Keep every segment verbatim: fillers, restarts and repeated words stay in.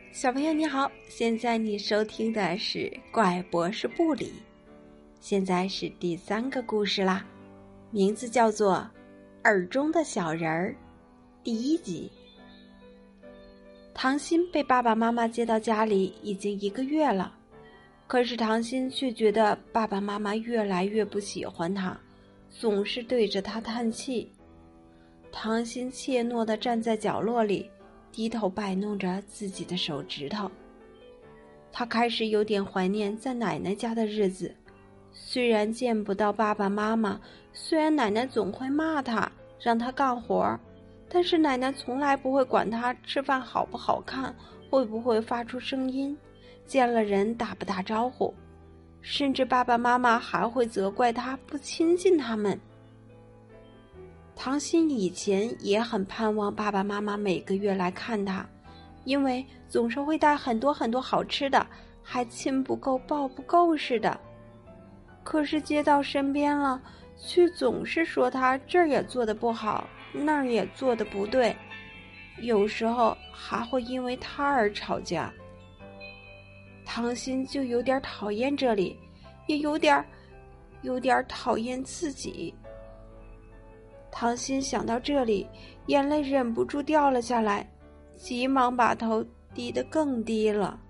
小朋友你好，现在你收听的是怪博士部里，现在是第三个故事啦，名字叫做耳中的小人儿第一集。唐心被爸爸妈妈接到家里已经一个月了，可是唐心却觉得爸爸妈妈越来越不喜欢他，总是对着他叹气。唐心怯懦地站在角落里，低头摆弄着自己的手指头。他开始有点怀念在奶奶家的日子，虽然见不到爸爸妈妈，虽然奶奶总会骂他，让他干活，但是奶奶从来不会管他吃饭好不好看，会不会发出声音，见了人打不打招呼，甚至爸爸妈妈还会责怪他不亲近他们。唐心以前也很盼望爸爸妈妈每个月来看他，因为总是会带很多很多好吃的，还亲不够抱不够似的。可是接到身边了，却总是说他这儿也做得不好，那儿也做得不对，有时候还会因为他而吵架。唐心就有点讨厌这里，也有点有点讨厌自己。唐心想到这里，眼泪忍不住掉了下来，急忙把头低得更低了。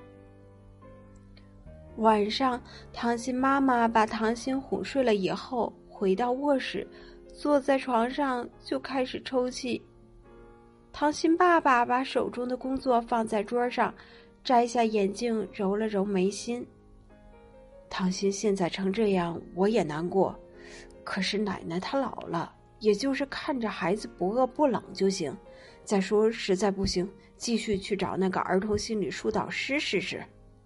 晚上，唐心妈妈把唐心哄睡了以后，回到卧室，坐在床上就开始抽泣。唐心爸爸把手中的工作放在桌上，摘下眼镜揉了揉眉心。唐心现在成这样，我也难过，可是奶奶她老了，也就是看着孩子不饿不冷就行，再说实在不行，继续去找那个儿童心理疏导师试试。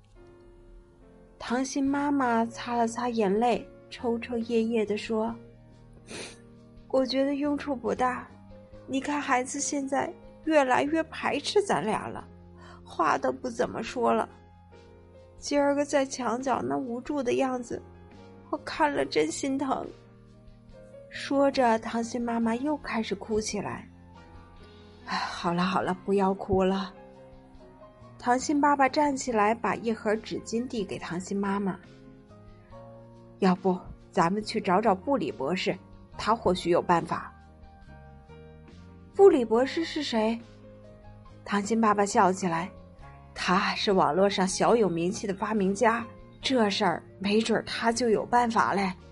唐心妈妈擦了擦眼泪，抽抽噎噎地说，我觉得用处不大，你看孩子现在越来越排斥咱俩了，话都不怎么说了，今儿个在墙角那无助的样子，我看了真心疼。说着，唐心妈妈又开始哭起来。哎，好了好了，不要哭了。唐心爸爸站起来，把一盒纸巾递给唐心妈妈。要不，咱们去找找布里博士，他或许有办法。布里博士是谁？唐心爸爸笑起来。他是网络上小有名气的发明家，这事儿没准他就有办法嘞。